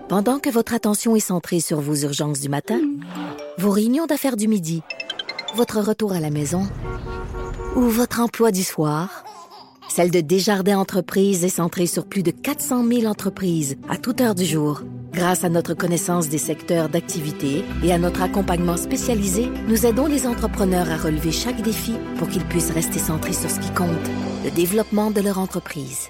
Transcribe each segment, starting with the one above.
Pendant que votre attention est centrée sur vos urgences du matin, vos réunions d'affaires du midi, votre retour à la maison ou votre emploi du soir, celle de Desjardins Entreprises est centrée sur plus de 400 000 entreprises à toute heure du jour. Grâce à notre connaissance des secteurs d'activité et à notre accompagnement spécialisé, nous aidons les entrepreneurs à relever chaque défi pour qu'ils puissent rester centrés sur ce qui compte, le développement de leur entreprise.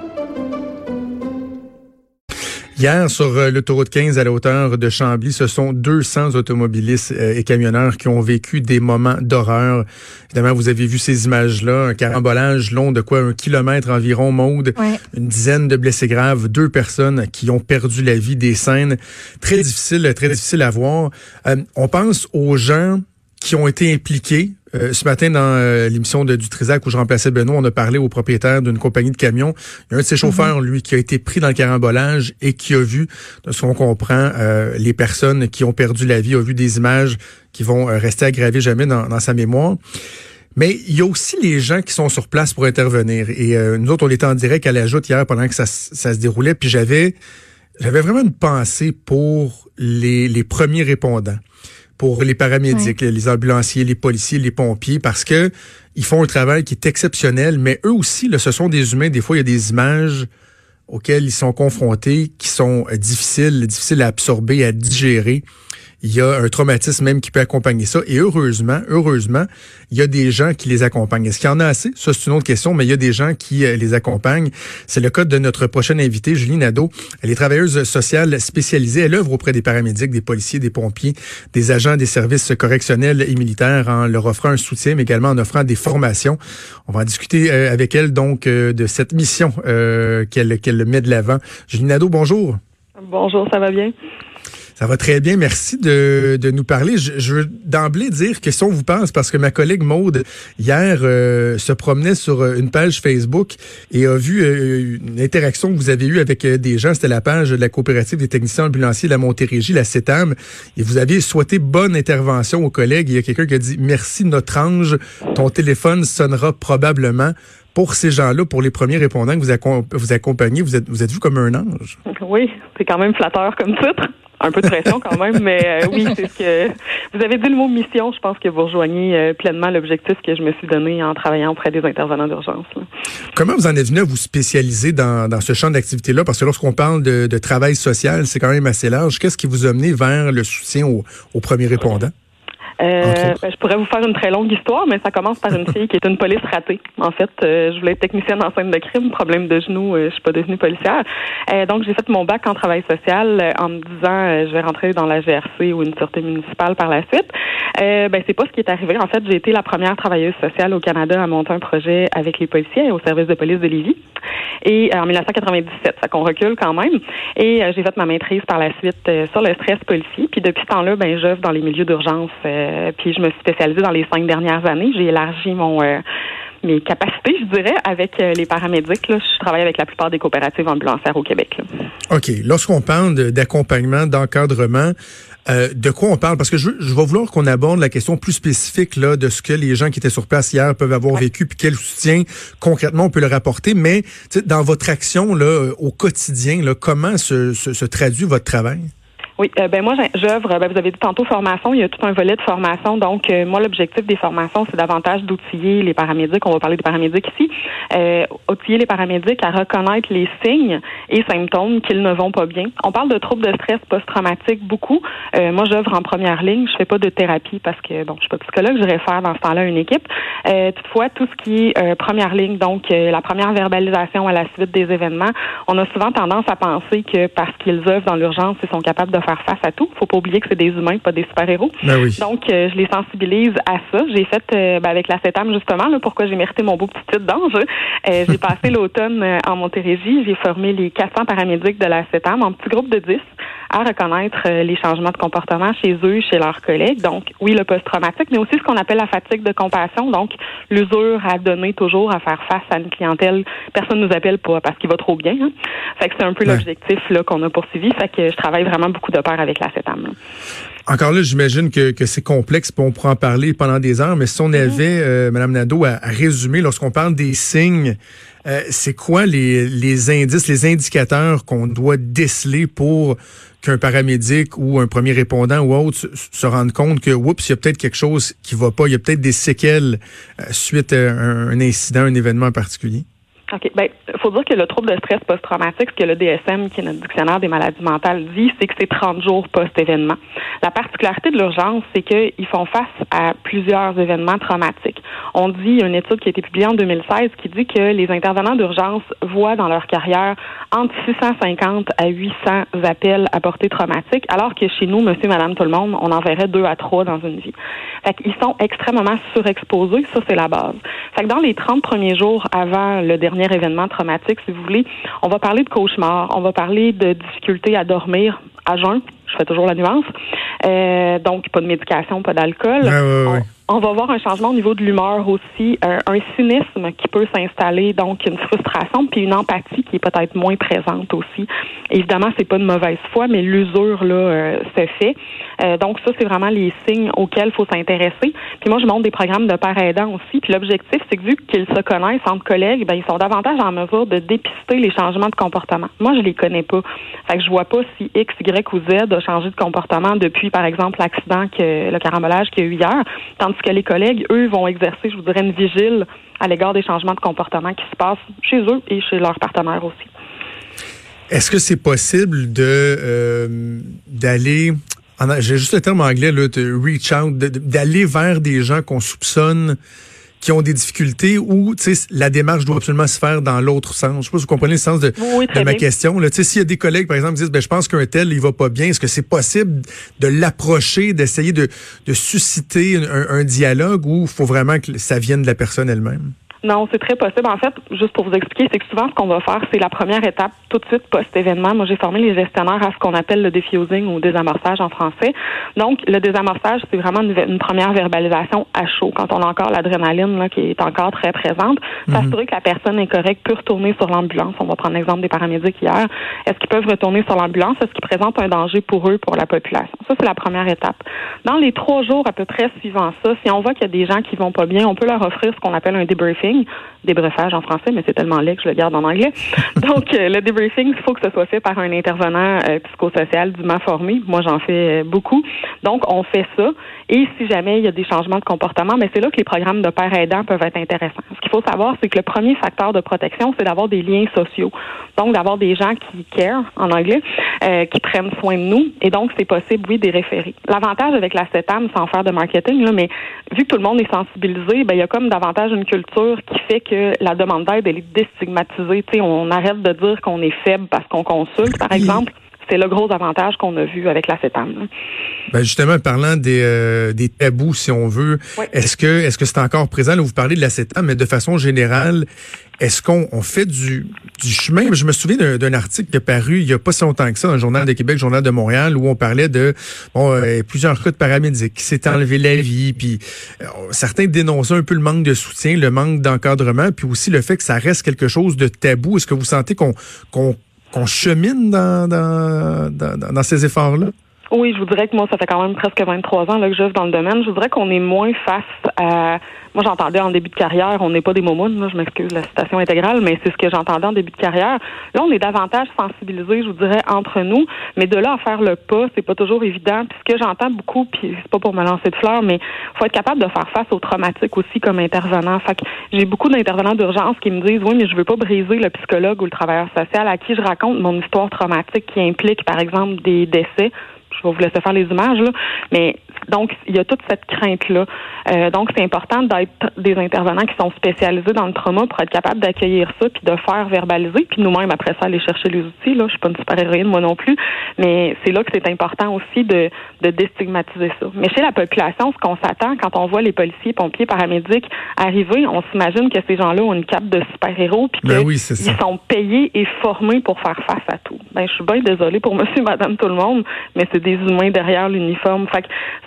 Hier, sur l'autoroute 15 à la hauteur de Chambly, ce sont 200 automobilistes et camionneurs qui ont vécu des moments d'horreur. Évidemment, vous avez vu ces images-là, un carambolage long de 1 kilomètre environ, Maude, ouais. Une dizaine de blessés graves, 2 personnes qui ont perdu la vie, des scènes très difficiles à voir. On pense aux gens qui ont été impliqués. Ce matin, dans l'émission du Trisac où je remplaçais Benoît, on a parlé au propriétaire d'une compagnie de camions. Il y a un de ses chauffeurs, lui, qui a été pris dans le carambolage et qui a vu, de ce qu'on comprend, les personnes qui ont perdu la vie, a vu des images qui vont rester aggravées jamais dans sa mémoire. Mais il y a aussi les gens qui sont sur place pour intervenir. Et nous autres, on était en direct à la Joute hier pendant que ça se déroulait. Puis j'avais vraiment une pensée pour les premiers répondants, pour les paramédics, ouais. Les ambulanciers, les policiers, les pompiers, parce que ils font un travail qui est exceptionnel, mais eux aussi, là, ce sont des humains. Des fois, il y a des images auxquelles ils sont confrontés qui sont difficiles à absorber, à digérer. Il y a un traumatisme même qui peut accompagner ça. Et heureusement, il y a des gens qui les accompagnent. Est-ce qu'il y en a assez? Ça, c'est une autre question, mais il y a des gens qui les accompagnent. C'est le cas de notre prochaine invitée, Julie Nadeau. Elle est travailleuse sociale spécialisée. Elle œuvre auprès des paramédics, des policiers, des pompiers, des agents des services correctionnels et militaires en leur offrant un soutien, mais également en offrant des formations. On va en discuter avec elle, donc, de cette mission qu'elle met de l'avant. Julie Nadeau, bonjour. Bonjour, ça va bien? Ça va très bien. Merci de nous parler. Je veux d'emblée dire que si on vous pense, parce que ma collègue Maude, hier, se promenait sur une page Facebook et a vu une interaction que vous avez eue avec des gens. C'était la page de la coopérative des techniciens ambulanciers de la Montérégie, la CETAM. Et vous aviez souhaité bonne intervention aux collègues. Il y a quelqu'un qui a dit « Merci notre ange, ton téléphone sonnera probablement ». Pour ces gens-là, pour les premiers répondants que vous accompagnez, vous êtes vu comme un ange. Oui, c'est quand même flatteur comme titre. Un peu de pression quand même, mais oui, c'est ce que vous avez dit le mot mission. Je pense que vous rejoignez pleinement l'objectif que je me suis donné en travaillant auprès des intervenants d'urgence. Là. Comment vous en êtes venu à vous spécialiser dans ce champ d'activité-là? Parce que lorsqu'on parle de travail social, c'est quand même assez large. Qu'est-ce qui vous a mené vers le soutien aux premiers répondants? Je pourrais vous faire une très longue histoire, mais ça commence par une fille qui est une police ratée. En fait, je voulais être technicienne en scène de crime, problème de genou, je suis pas devenue policière. Donc, j'ai fait mon bac en travail social en me disant je vais rentrer dans la GRC ou une sûreté municipale par la suite. C'est pas ce qui est arrivé. En fait, j'ai été la première travailleuse sociale au Canada à monter un projet avec les policiers au service de police de Lévis. Et en 1997, ça qu'on recule quand même. Et j'ai fait ma maîtrise par la suite sur le stress policier. Puis depuis ce temps-là, j'œuvre dans les milieux d'urgence. Puis je me suis spécialisée dans les 5 dernières années. J'ai élargi mes capacités, je dirais, avec les paramédics. Là, je travaille avec la plupart des coopératives ambulancières au Québec. Là. OK. Lorsqu'on parle d'accompagnement, d'encadrement, de quoi on parle? Parce que je vais vouloir qu'on aborde la question plus spécifique là, de ce que les gens qui étaient sur place hier peuvent avoir vécu, puis quel soutien concrètement on peut leur apporter. Mais dans votre action là, au quotidien, là, comment se traduit votre travail? Oui, moi j'œuvre, vous avez dit tantôt formation, il y a tout un volet de formation, donc moi l'objectif des formations, c'est davantage d'outiller les paramédics, on va parler des paramédics ici, outiller les paramédics à reconnaître les signes et symptômes qu'ils ne vont pas bien. On parle de troubles de stress post-traumatique beaucoup. Moi j'œuvre en première ligne, je fais pas de thérapie parce que je suis pas psychologue, je réfère dans ce temps-là une équipe. Toutefois, tout ce qui est première ligne, donc la première verbalisation à la suite des événements, on a souvent tendance à penser que parce qu'ils œuvrent dans l'urgence, ils sont capables de faire face à tout. Faut pas oublier que c'est des humains, pas des super-héros. Ben oui. Donc, je les sensibilise à ça. J'ai fait, avec la CETAM, justement, là, pourquoi j'ai mérité mon beau petit titre d'ange. J'ai passé l'automne en Montérégie. J'ai formé les 400 paramédics de la CETAM en petits groupes de 10 à reconnaître les changements de comportement chez eux, chez leurs collègues. Donc, oui, le post-traumatique, mais aussi ce qu'on appelle la fatigue de compassion. Donc, l'usure à donner toujours, à faire face à une clientèle. Personne ne nous appelle pas parce qu'il va trop bien. Hein. Fait que c'est un peu l'objectif là qu'on a poursuivi. Fait que je travaille vraiment beaucoup de pair avec la CETAM. Encore là, j'imagine que c'est complexe, puis on pourra en parler pendant des heures, mais si on avait, Mme Nadeau, à résumer, lorsqu'on parle des signes, c'est quoi les indices, les indicateurs qu'on doit déceler pour qu'un paramédic ou un premier répondant ou autre se rende compte que, oups, il y a peut-être quelque chose qui va pas, il y a peut-être des séquelles suite à un incident, un événement en particulier? OK. Ben, faut dire que le trouble de stress post-traumatique, ce que le DSM, qui est notre dictionnaire des maladies mentales, dit, c'est que c'est 30 jours post-événement. La particularité de l'urgence, c'est qu'ils font face à plusieurs événements traumatiques. On dit, il y a une étude qui a été publiée en 2016 qui dit que les intervenants d'urgence voient dans leur carrière entre 650 à 800 appels à portée traumatique, alors que chez nous, monsieur, madame, tout le monde, on en verrait 2 à 3 dans une vie. Fait qu'ils sont extrêmement surexposés, ça, c'est la base. Fait que dans les 30 premiers jours avant le dernier événement traumatique, si vous voulez, on va parler de cauchemars, on va parler de difficultés à dormir à jeun, je fais toujours la nuance, donc pas de médication, pas d'alcool. Ouais. On va voir un changement au niveau de l'humeur aussi, un cynisme qui peut s'installer, donc une frustration, puis une empathie qui est peut-être moins présente aussi. Évidemment, c'est pas de mauvaise foi, mais l'usure là se fait. Donc ça, c'est vraiment les signes auxquels il faut s'intéresser. Puis moi, je montre des programmes de pères aidants aussi. Puis l'objectif, c'est que vu qu'ils se connaissent entre collègues, ben ils sont davantage en mesure de dépister les changements de comportement. Moi, je les connais pas. Fait que je vois pas si X, Y ou Z a changé de comportement depuis, par exemple, l'accident, le carambolage qu'il y a eu hier. Tandis que les collègues, eux, vont exercer, je vous dirais, une vigile à l'égard des changements de comportement qui se passent chez eux et chez leurs partenaires aussi. Est-ce que c'est possible d'aller, j'ai juste le terme anglais, là, de reach out, d'aller vers des gens qu'on soupçonne qui ont des difficultés ou, tu sais, la démarche doit absolument se faire dans l'autre sens. Je sais pas si vous comprenez le sens de ma question. Tu sais, s'il y a des collègues, par exemple, qui disent, je pense qu'un tel, il va pas bien, est-ce que c'est possible de l'approcher, d'essayer de susciter un dialogue ou il faut vraiment que ça vienne de la personne elle-même? Non, c'est très possible. En fait, juste pour vous expliquer, c'est que souvent, ce qu'on va faire, c'est la première étape tout de suite post-événement. Moi, j'ai formé les gestionnaires à ce qu'on appelle le diffusing ou désamorçage en français. Donc, le désamorçage, c'est vraiment une première verbalisation à chaud. Quand on a encore l'adrénaline là, qui est encore très présente, s'assurer que la personne est correcte, peut retourner sur l'ambulance. On va prendre l'exemple des paramédics hier. Est-ce qu'ils peuvent retourner sur l'ambulance? Est-ce qu'ils présentent un danger pour eux, pour la population? Ça, c'est la première étape. Dans les 3 jours à peu près suivant ça, si on voit qu'il y a des gens qui vont pas bien, on peut leur offrir ce qu'on appelle un debriefing. Débriefage en français, mais c'est tellement laid que je le garde en anglais. Donc, le debriefing, il faut que ce soit fait par un intervenant psychosocial dûment formé. Moi, j'en fais beaucoup. Donc, on fait ça. Et si jamais il y a des changements de comportement, mais c'est là que les programmes de pères aidants peuvent être intéressants. Ce qu'il faut savoir, c'est que le premier facteur de protection, c'est d'avoir des liens sociaux. Donc, d'avoir des gens qui care, en anglais, qui prennent soin de nous. Et donc, c'est possible, oui, des référés. L'avantage avec la CETAM, sans faire de marketing, là, mais vu que tout le monde est sensibilisé, il y a comme davantage une culture qui fait que la demande d'aide, elle est déstigmatisée. Tu sais, on arrête de dire qu'on est faible parce qu'on consulte, par exemple. C'est le gros avantage qu'on a vu avec la CETAM. Justement, parlant des tabous, si on veut, oui. Est-ce que c'est encore présent? Là, vous parlez de la CETAM, mais de façon générale, est-ce qu'on fait du chemin? Je me souviens d'un article qui est paru il y a pas si longtemps que ça, dans le Journal de Québec, Journal de Montréal, où on parlait de plusieurs cas de paramédics qui s'étaient enlevé la vie, puis certains dénonçaient un peu le manque de soutien, le manque d'encadrement, puis aussi le fait que ça reste quelque chose de tabou. Est-ce que vous sentez qu'on chemine dans ces efforts-là? Oui, je vous dirais que moi, ça fait quand même presque 23 ans là, que j'œuvre dans le domaine. Je vous dirais qu'on est moins face à... Moi, j'entendais en début de carrière, on n'est pas des momounes, là, je m'excuse, la citation intégrale, mais c'est ce que j'entendais en début de carrière. Là, on est davantage sensibilisés, je vous dirais, entre nous, mais de là à faire le pas, c'est pas toujours évident. Puis ce que j'entends beaucoup, puis c'est pas pour me lancer de fleurs, mais faut être capable de faire face aux traumatiques aussi comme intervenant. Fait que j'ai beaucoup d'intervenants d'urgence qui me disent, oui, mais je veux pas briser le psychologue ou le travailleur social à qui je raconte mon histoire traumatique qui implique, par exemple, des décès. Je vais vous laisser faire les images, là. Mais donc, il y a toute cette crainte-là. Donc, c'est important d'être des intervenants qui sont spécialisés dans le trauma pour être capable d'accueillir ça puis de faire verbaliser. Puis nous-mêmes, après ça, aller chercher les outils. Là, je suis pas une super-héroïne, moi non plus. Mais c'est là que c'est important aussi de déstigmatiser ça. Mais chez la population, ce qu'on s'attend quand on voit les policiers, pompiers, paramédics arriver, on s'imagine que ces gens-là ont une cape de super-héros puis qu'ils sont payés et formés pour faire face à tout. Je suis bien désolée pour monsieur, madame, tout le monde, mais c'est des humains derrière l'uniforme. Fait que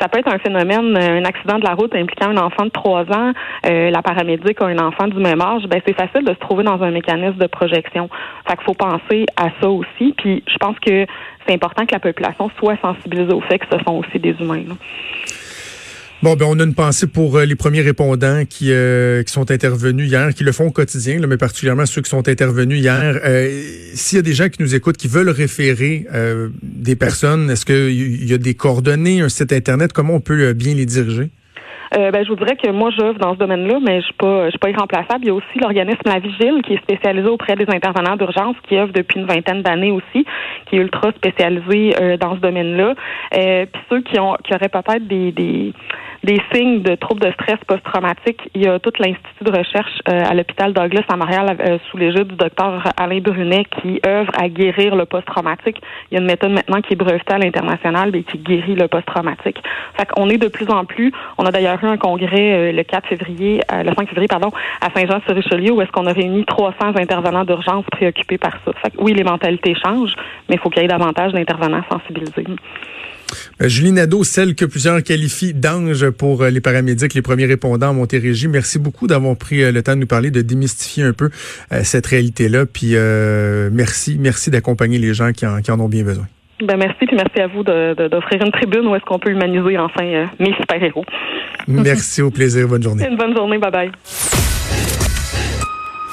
ça peut être un phénomène, un accident de la route impliquant un enfant de 3 ans, la paramédic a un enfant du même âge, ben c'est facile de se trouver dans un mécanisme de projection. Fait qu'il faut penser à ça aussi. Puis je pense que c'est important que la population soit sensibilisée au fait que ce sont aussi des humains, là. Bon, ben on a une pensée pour les premiers répondants qui sont intervenus hier, qui le font au quotidien, là, mais particulièrement ceux qui sont intervenus hier. S'il y a des gens qui nous écoutent, qui veulent référer des personnes, est-ce qu'il y a des coordonnées, un site Internet? Comment on peut bien les diriger? Je vous dirais que moi, j'œuvre dans ce domaine-là, mais je suis pas irremplaçable. Il y a aussi l'organisme La Vigile, qui est spécialisé auprès des intervenants d'urgence, qui œuvre depuis une 20aine d'années aussi, qui est ultra spécialisé dans ce domaine-là. Puis ceux qui auraient peut-être des signes de troubles de stress post-traumatique, il y a tout l'Institut de recherche à l'hôpital Douglas à Montréal sous l'égide du docteur Alain Brunet qui œuvre à guérir le post-traumatique. Il y a une méthode maintenant qui est brevetée à l'international et qui guérit le post-traumatique. Fait qu'on est de plus en plus, on a d'ailleurs eu un congrès le 5 février, à Saint-Jean-sur-Richelieu où est-ce qu'on a réuni 300 intervenants d'urgence préoccupés par ça. Fait que oui, les mentalités changent, mais il faut qu'il y ait davantage d'intervenants sensibilisés. Julie Nadeau, celle que plusieurs qualifient d'ange pour les paramédics, les premiers répondants à Montérégie. Merci beaucoup d'avoir pris le temps de nous parler, de démystifier un peu cette réalité-là. Puis merci d'accompagner les gens qui en ont bien besoin. Merci, puis merci à vous d'offrir une tribune où est-ce qu'on peut humaniser enfin mes super-héros. Merci, au plaisir. Bonne journée. Une bonne journée. Bye-bye.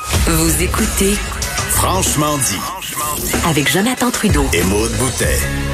Vous écoutez Franchement dit avec Jonathan Trudeau et Maude Boutet.